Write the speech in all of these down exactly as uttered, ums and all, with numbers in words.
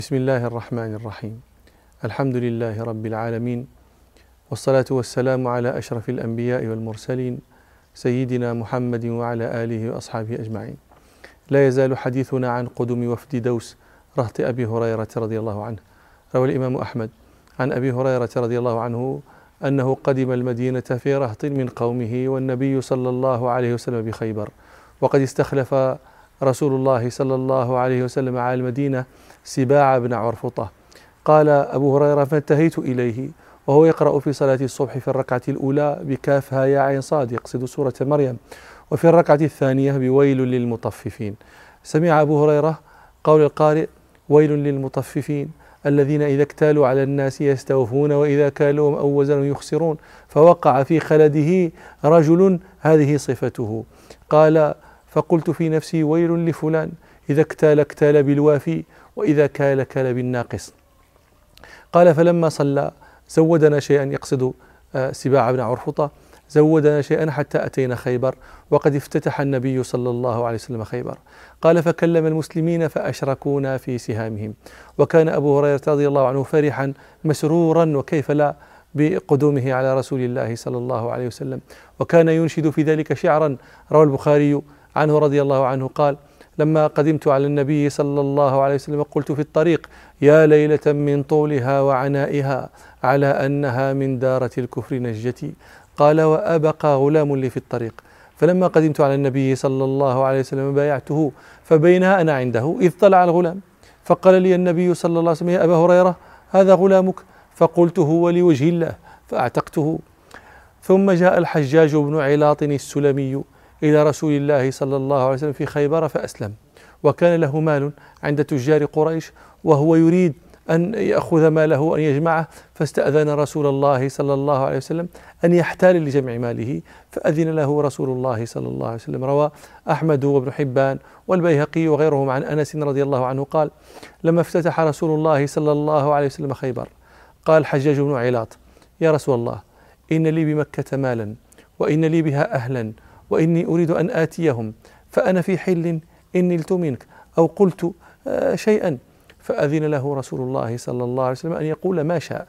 بسم الله الرحمن الرحيم. الحمد لله رب العالمين، والصلاة والسلام على أشرف الأنبياء والمرسلين سيدنا محمد وعلى آله وأصحابه أجمعين. لا يزال حديثنا عن قدوم وفد دوس رهط أبي هريرة رضي الله عنه. روى الإمام أحمد عن أبي هريرة رضي الله عنه أنه قدم المدينة في رهط من قومه والنبي صلى الله عليه وسلم بخيبر، وقد استخلف رسول الله صلى الله عليه وسلم على المدينة سباع بن عرفطة. قال أبو هريرة: فانتهيت إليه وهو يقرأ في صلاة الصبح في الركعة الأولى بكافها يا عين صاد، يقصد سورة مريم، وفي الركعة الثانية بويل للمطففين. سمع أبو هريرة قول القارئ: ويل للمطففين الذين إذا اكتالوا على الناس يستوفون وإذا كالوهم أو وزنوا يخسرون، فوقع في خلده رجل هذه صفته. قال: فقلت في نفسي: ويل لفلان إذا اكتال اكتال بالوافي وإذا كال كال بالناقص. قال: فلما صلى زودنا شيئا، يقصد سباع بن عرفطة، زودنا شيئا حتى أتينا خيبر، وقد افتتح النبي صلى الله عليه وسلم خيبر. قال: فكلم المسلمين فأشركونا في سهامهم. وكان أبو هريرة رضي الله عنه فرحا مسرورا وكيف لا بقدومه على رسول الله صلى الله عليه وسلم، وكان ينشد في ذلك شعرا. روى البخاري عنه رضي الله عنه قال: لما قدمت على النبي صلى الله عليه وسلم قلت في الطريق: يا ليلة من طولها وعنائها على أنها من دارة الكفر نجتي. قال: وأبقى غلام لي في الطريق. فلما قدمت على النبي صلى الله عليه وسلم بايعته، فبينها أنا عنده إذ طلع الغلام، فقال لي النبي صلى الله عليه وسلم: يا أبا هريرة هذا غلامك. فقلت: هو لوجه الله، فأعتقته. ثم جاء الحجاج بن علاط السلمي إلى رسول الله صلى الله عليه وسلم في خيبر فأسلم، وكان له مال عند تجار قريش وهو يريد أن يأخذ ماله وأن يجمعه، فاستأذن رسول الله صلى الله عليه وسلم أن يحتال لجمع ماله، فأذن له رسول الله صلى الله عليه وسلم. روى أحمد وابن حبان والبيهقي وغيرهم عن أنس رضي الله عنه قال: لما افتتح رسول الله صلى الله عليه وسلم خيبر قال الحجاج بن علاط: يا رسول الله، إن لي بمكة مالا وإن لي بها أهلا وإني أريد أن آتيهم، فأنا في حل إن نلت منك أو قلت شيئا. فأذن له رسول الله صلى الله عليه وسلم أن يقول ما شاء.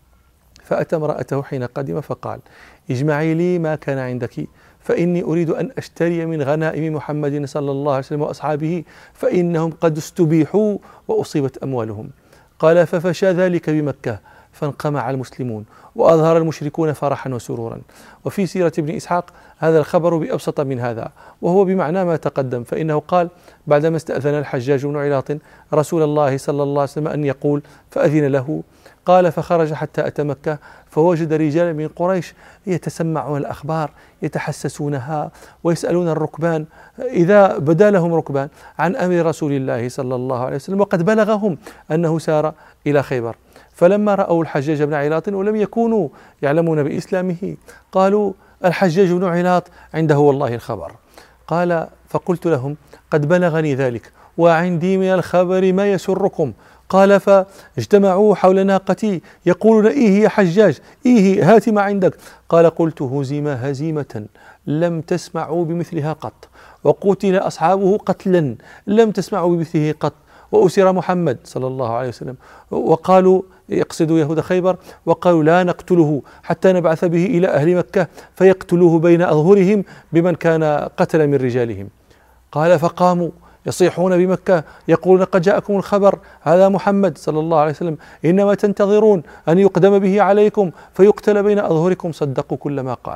فأتى امرأته حين قدم فقال: اجمعي لي ما كان عندك، فإني أريد أن أشتري من غنائم محمد صلى الله عليه وسلم وأصحابه، فإنهم قد استبيحوا وأصيبت أموالهم. قال: ففشى ذلك بمكة، فانقمع المسلمون وأظهر المشركون فرحا وسرورا. وفي سيرة ابن إسحاق هذا الخبر بأبسط من هذا، وهو بمعنى ما تقدم، فإنه قال بعدما استأذن الحجاج بن علاط رسول الله صلى الله عليه وسلم أن يقول، فأذن له. قال: فخرج حتى أتى مكة، فوجد رجالا من قريش يتسمعون الأخبار يتحسسونها ويسألون الركبان إذا بدا لهم ركبان عن أمر رسول الله صلى الله عليه وسلم، وقد بلغهم أنه سار إلى خيبر. فلما رأوا الحجاج بن علاط ولم يكونوا يعلمون بإسلامه قالوا: الحجاج بن علاط عنده والله الخبر. قال: فقلت لهم: قد بلغني ذلك وعندي من الخبر ما يسركم. قال: فاجتمعوا حول ناقتي يقولون: إيه يا حجاج، إيه هات ما عندك. قال: قلت: هزم هزيمة لم تسمعوا بمثلها قط، وقتل أصحابه قتلا لم تسمعوا بمثله قط، وأسر محمد صلى الله عليه وسلم. وقالوا، يقصد يهود خيبر، وقالوا: لا نقتله حتى نبعث به إلى أهل مكة فيقتلوه بين أظهرهم بمن كان قتل من رجالهم. قال: فقاموا يصيحون بمكة يقولون: قد جاءكم الخبر، هذا محمد صلى الله عليه وسلم، إنما تنتظرون أن يقدم به عليكم فيقتل بين أظهركم. صدقوا كل ما قال.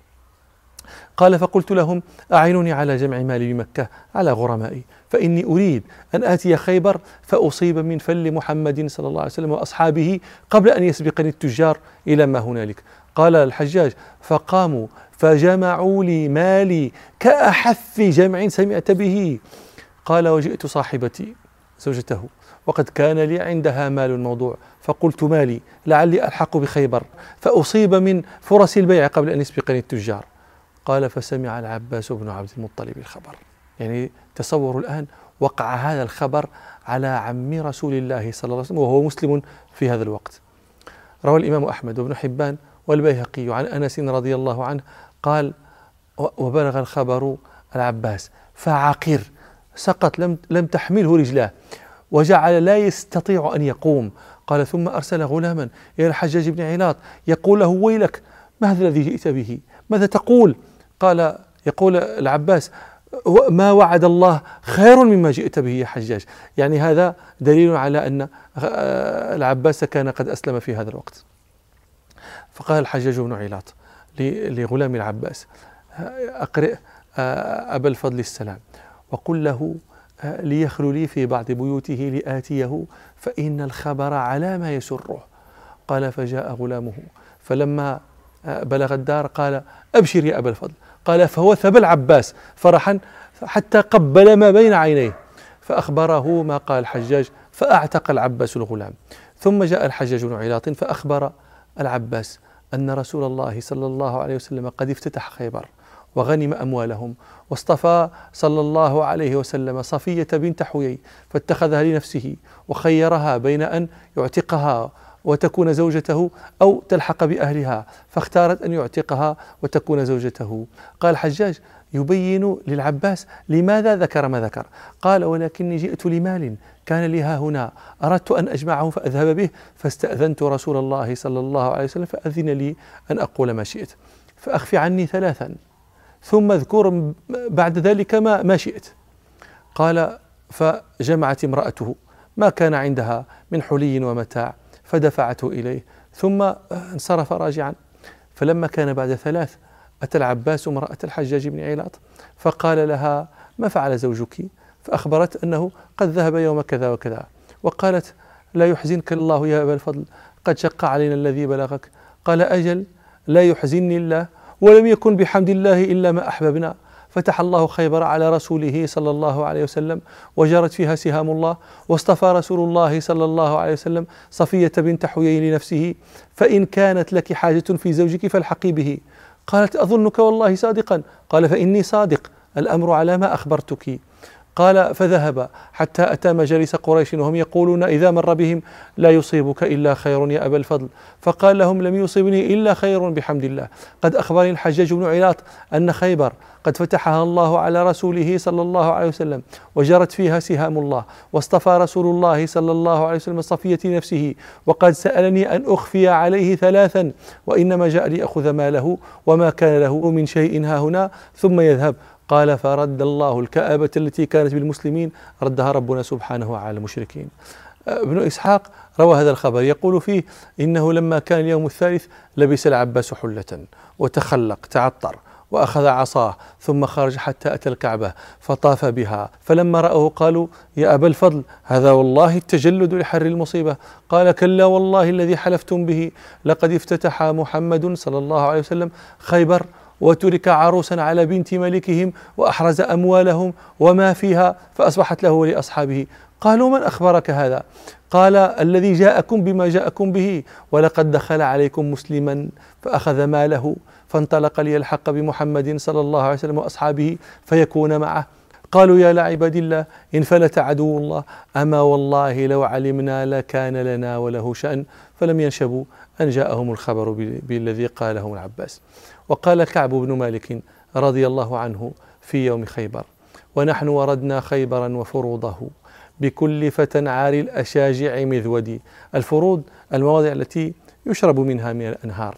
قال: فقلت لهم: أعينوني على جمع مالي بمكة على غرمائي، فإني أريد أن آتي خيبر فأصيب من فل محمد صلى الله عليه وسلم وأصحابه قبل أن يسبقني التجار إلى ما هنالك. قال الحجاج: فقاموا فجمعوا لي مالي كأحف جمع سمعت به. قال: وجئت صاحبتي زوجته وقد كان لي عندها مال موضوع، فقلت: مالي لعلي ألحق بخيبر فأصيب من فرص البيع قبل أن يسبقني التجار. قال: فسمع العباس بن عبد المطلب الخبر. يعني تصوروا الآن، وقع هذا الخبر على عم رسول الله صلى الله عليه وسلم وهو مسلم في هذا الوقت. روى الإمام أحمد وابن حبان والبيهقي عن أنس رضي الله عنه قال: وبلغ الخبر العباس فعقر، سقط، لم لم تحمله رجلاه، وجعل لا يستطيع أن يقوم. قال ثم أرسل غلاما إلى الحجاج بن علاط يقول له ويلك، ما هذا الذي جئت به؟ ماذا تقول؟ قال يقول العباس ما وعد الله خير مما جئت به يا حجاج. يعني هذا دليل على أن العباس كان قد أسلم في هذا الوقت. فقال الحجاج بن علاط لغلام العباس أقرئ أبا الفضل السلام وقل له ليخلو لي في بعض بيوته لآتيه فإن الخبر على ما يسره. قال فجاء غلامه فلما بلغ الدار قال أبشر يا أبا الفضل. قال فوثب العباس فرحا حتى قبل ما بين عينيه، فأخبره ما قال الحجاج فأعتق العباس الغلام. ثم جاء الحجاج بن علاط فأخبر العباس أن رسول الله صلى الله عليه وسلم قد افتتح خيبر وغنم أموالهم، واصطفى صلى الله عليه وسلم صفية بنت حيي فاتخذها لنفسه وخيرها بين أن يعتقها وتكون زوجته أو تلحق بأهلها، فاختارت أن يعتقها وتكون زوجته. قال الحجاج يبين للعباس لماذا ذكر ما ذكر. قال ولكني جئت لمال كان لي ها هنا أردت أن أجمعه فأذهب به، فاستأذنت رسول الله صلى الله عليه وسلم فأذن لي أن أقول ما شئت، فأخفي عني ثلاثا ثم اذكر بعد ذلك ما, ما شئت. قال فجمعت امرأته ما كان عندها من حلي ومتاع فدفعته إليه ثم انصرف راجعا. فلما كان بعد ثلاث أتى العباس امرأة الحجاج بن علاط فقال لها ما فعل زوجك؟ فأخبرت أنه قد ذهب يوم كذا وكذا. وقالت لا يحزنك الله يا أبا الفضل قد شق علينا الذي بلغك. قال أجل لا يحزنني الله ولم يكن بحمد الله إلا ما أحببنا. فتح الله خيبر على رسوله صلى الله عليه وسلم وجرت فيها سهام الله، واصطفى رسول الله صلى الله عليه وسلم صفية بنت حيي لنفسه، فإن كانت لك حاجة في زوجك فالحقي به. قالت أظنك والله صادقا. قال فإني صادق، الأمر على ما أخبرتك. قال فذهب حتى أتى مجالس قريش وهم يقولون إذا مر بهم لا يصيبك إلا خير يا أبا الفضل. فقال لهم لم يصيبني إلا خير بحمد الله، قد أخبرني الحجاج بن علاط أن خيبر قد فتحها الله على رسوله صلى الله عليه وسلم وجرت فيها سهام الله، واصطفى رسول الله صلى الله عليه وسلم صفية نفسه، وقد سألني أن أخفي عليه ثلاثا وإنما جاء ليأخذ ماله وما كان له من شيء ها هنا ثم يذهب. قال فرد الله الكآبة التي كانت بالمسلمين ردها ربنا سبحانه على المشركين. ابن إسحاق روى هذا الخبر يقول فيه إنه لما كان اليوم الثالث لبس العباس حلة وتخلق تعطر وأخذ عصاه ثم خرج حتى أتى الكعبة فطاف بها، فلما رأوه قالوا يا أبا الفضل هذا والله التجلد لحر المصيبة. قال كلا والله الذي حلفتم به لقد افتتح محمد صلى الله عليه وسلم خيبر وترك عروسا على بنت ملكهم وأحرز أموالهم وما فيها فأصبحت له ولأصحابه. قالوا من أخبرك هذا؟ قال الذي جاءكم بما جاءكم به، ولقد دخل عليكم مسلما فأخذ ماله فانطلق ليلحق بمحمد صلى الله عليه وسلم وأصحابه فيكون معه. قالوا يا لعباد الله انفلت عدو الله، أما والله لو علمنا لكان لنا وله شأن، فلم ينشبوا أن جاءهم الخبر بالذي قاله العباس. وقال كعب بن مالك رضي الله عنه في يوم خيبر ونحن وردنا خيبرا وفروضه بكل فتى عار الأشاجع مذودي. الفروض المواضع التي يشرب منها من الأنهار.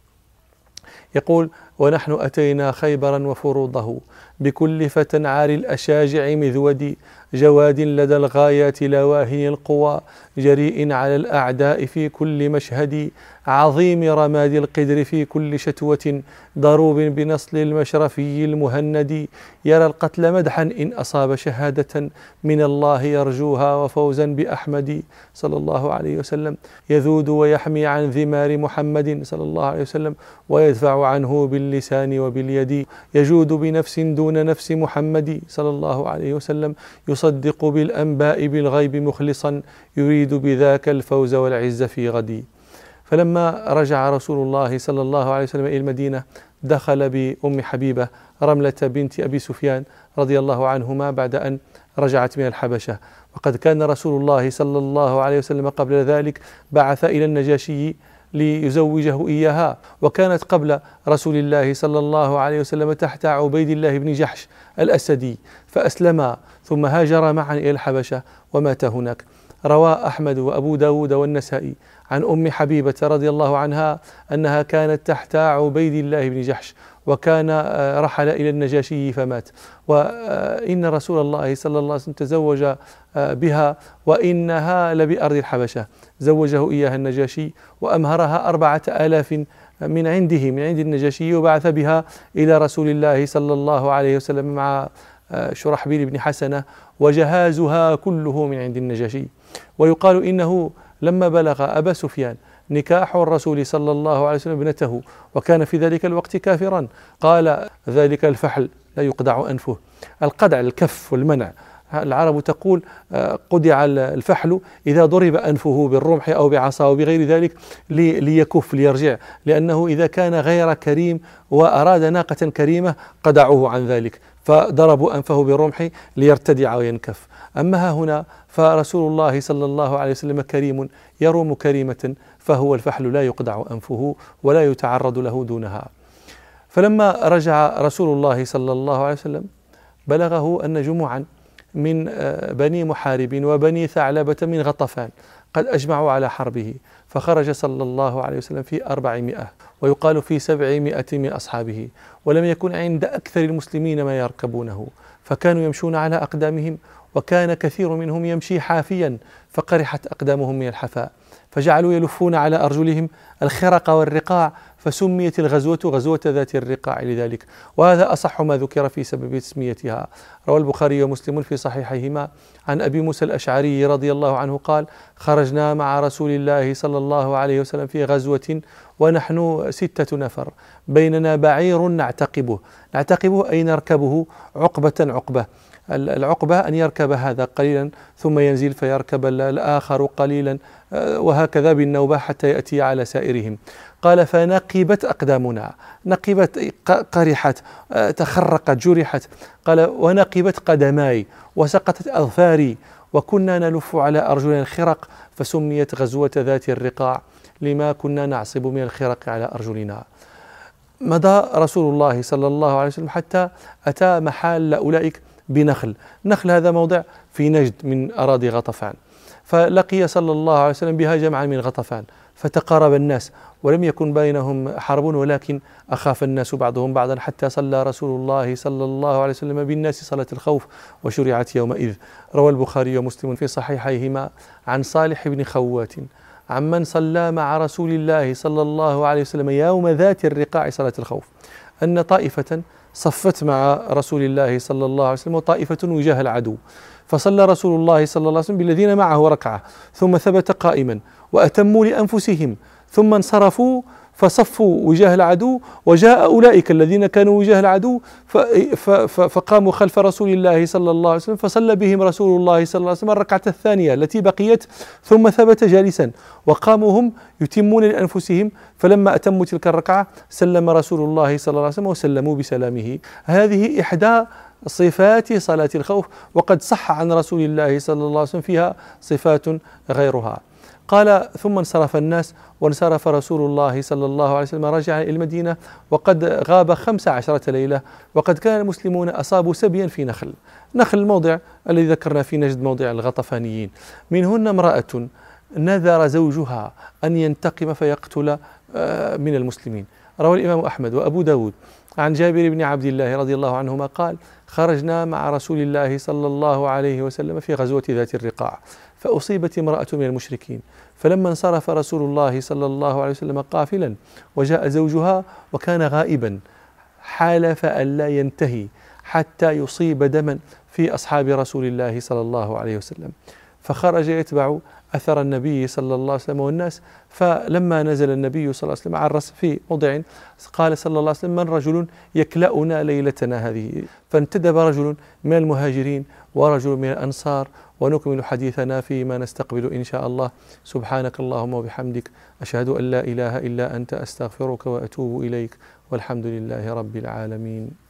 يقول ونحن أتينا خيبرا وفروضه بكل فتى عار الأشاجع مذودي جواد لدى الغايات لواهن القوى جريء على الأعداء في كل مشهد عظيم رماد القدر في كل شتوة ضروب بنصل المشرفي المهند يرى القتل مدحا إن أصاب شهادة من الله يرجوها وفوزا بأحمد صلى الله عليه وسلم يذود ويحمي عن ذمار محمد صلى الله عليه وسلم ويدفع عنه باللسان وباليد يجود بنفس دون نفس محمد صلى الله عليه وسلم يصدق بالأنباء بالغيب مخلصا يريد بذاك الفوز والعز في غدي. فلما رجع رسول الله صلى الله عليه وسلم إلى المدينة دخل بأم حبيبة رملة بنت أبي سفيان رضي الله عنهما بعد أن رجعت من الحبشة، وقد كان رسول الله صلى الله عليه وسلم قبل ذلك بعث إلى النجاشي ليزوجه إياها، وكانت قبل رسول الله صلى الله عليه وسلم تحت عبيد الله بن جحش الأسدي فأسلما، ثم هاجر معا إلى الحبشة ومات هناك. روى أحمد وأبو داود والنسائي عن أم حبيبة رضي الله عنها أنها كانت تحت عبيد الله بن جحش، وكان رحل إلى النجاشي فمات، وإن رسول الله صلى الله عليه وسلم تزوج بها وإنها لبأرض الحبشة، زوجه إياها النجاشي وأمهرها أربعة آلاف من عنده من عند النجاشي، وبعث بها إلى رسول الله صلى الله عليه وسلم مع شرحبيل بن حسنة، وجهازها كله من عند النجاشي. ويقال إنه لما بلغ أبا سفيان نكاح الرسول صلى الله عليه وسلم ابنته، وكان في ذلك الوقت كافرا، قال ذلك الفحل لا يقدع أنفه. القدع الكف والمنع، العرب تقول قدع الفحل إذا ضرب أنفه بالرمح أو بعصا أو بغير ذلك ليكف ليرجع، لأنه إذا كان غير كريم وأراد ناقة كريمة قدعوه عن ذلك، فضربوا أنفه بالرمح ليرتدع وينكف. أما هنا فرسول الله صلى الله عليه وسلم كريم يروم كريمة، فهو الفحل لا يقدع أنفه ولا يتعرض له دونها. فلما رجع رسول الله صلى الله عليه وسلم بلغه أن جموعا من بني محارب وبني ثعلبة من غطفان قد أجمعوا على حربه، فخرج صلى الله عليه وسلم في أربعمائة، ويقال في سبعمائة من أصحابه، ولم يكن عند أكثر المسلمين ما يركبونه، فكانوا يمشون على أقدامهم، وكان كثير منهم يمشي حافيا فقرحت أقدامهم من الحفاء، فجعلوا يلفون على أرجلهم الخرق والرقاع، فسميت الغزوة غزوة ذات الرقاع لذلك، وهذا أصح ما ذكر في سبب تسميتها. روى البخاري ومسلم في صحيحيهما عن أبي موسى الأشعري رضي الله عنه قال: خرجنا مع رسول الله صلى الله عليه وسلم في غزوة ونحن ستة نفر، بيننا بعير نعتقبه، نعتقبه أي نركبه عقبة عقبة. العقبة أن يركب هذا قليلا ثم ينزل فيركب الآخر قليلا، وهكذا بالنوبة حتى يأتي على سائرهم. قال: فنقبت أقدامنا، نقبت قرحت تخرقت جرحت. قال: ونقبت قدماي وسقطت أظفاري، وكنا نلف على أرجلنا الخرق، فسميت غزوة ذات الرقاع لما كنا نعصب من الخرق على أرجلنا. مضى رسول الله صلى الله عليه وسلم حتى أتى محال أولئك بنخل. نخل هذا موضع في نجد من أراضي غطفان، فلقي صلى الله عليه وسلم بها جمعا من غطفان، فتقارب الناس ولم يكن بينهم حرب، ولكن أخاف الناس بعضهم بعضا، حتى صلى رسول الله صلى الله عليه وسلم بالناس صلاة الخوف وشرعت يومئذ. روى البخاري ومسلم في صحيحيهما عن صالح بن خوات عمن صلى مع رسول الله صلى الله عليه وسلم يوم ذات الرقاع صلاة الخوف أن طائفة صفت مع رسول الله صلى الله عليه وسلم وطائفة وجاه العدو، فصلى رسول الله صلى الله عليه وسلم بالذين معه ركعة، ثم ثبت قائما وأتموا لأنفسهم، ثم انصرفوا فصفوا وجاه العدو، وجاء أولئك الذين كانوا وجاه العدو فقاموا خلف رسول الله صلى الله عليه وسلم، فصلى بهم رسول الله صلى الله عليه وسلم الركعة الثانية التي بقيت، ثم ثبت جالسا، وقاموا هم يتمون لأنفسهم، فلما أتموا تلك الركعة سلم رسول الله صلى الله عليه وسلم وسلموا بسلامه. هذه إحدى صفات صلاة الخوف، وقد صح عن رسول الله صلى الله عليه وسلم فيها صفات غيرها. قال: ثم انصرف الناس وانصرف رسول الله صلى الله عليه وسلم، رجع إلى المدينة وقد غاب خمس عشرة ليلة، وقد كان المسلمون أصابوا سبيا في نخل، نخل الموضع الذي ذكرنا في نجد موضع الغطفانيين، منهن امرأة نذر زوجها أن ينتقم فيقتل من المسلمين. روى الإمام أحمد وأبو داود عن جابر بن عبد الله رضي الله عنهما قال: خرجنا مع رسول الله صلى الله عليه وسلم في غزوة ذات الرقاع، فأصيبت امرأة من المشركين، فلما انصرف رسول الله صلى الله عليه وسلم قافلا وجاء زوجها وكان غائبا، حالف ألا ينتهي حتى يصيب دما في أصحاب رسول الله صلى الله عليه وسلم، فخرج يتبع أثر النبي صلى الله عليه وسلم والناس. فلما نزل النبي صلى الله عليه وسلم عرس في موضع، قال صلى الله عليه وسلم: من رجل يكلأنا ليلتنا هذه؟ فانتدب رجل من المهاجرين ورجل من الأنصار، ونكمل حديثنا فيما نستقبل إن شاء الله. سبحانك اللهم وبحمدك، أشهد أن لا إله إلا أنت، أستغفرك وأتوب إليك، والحمد لله رب العالمين.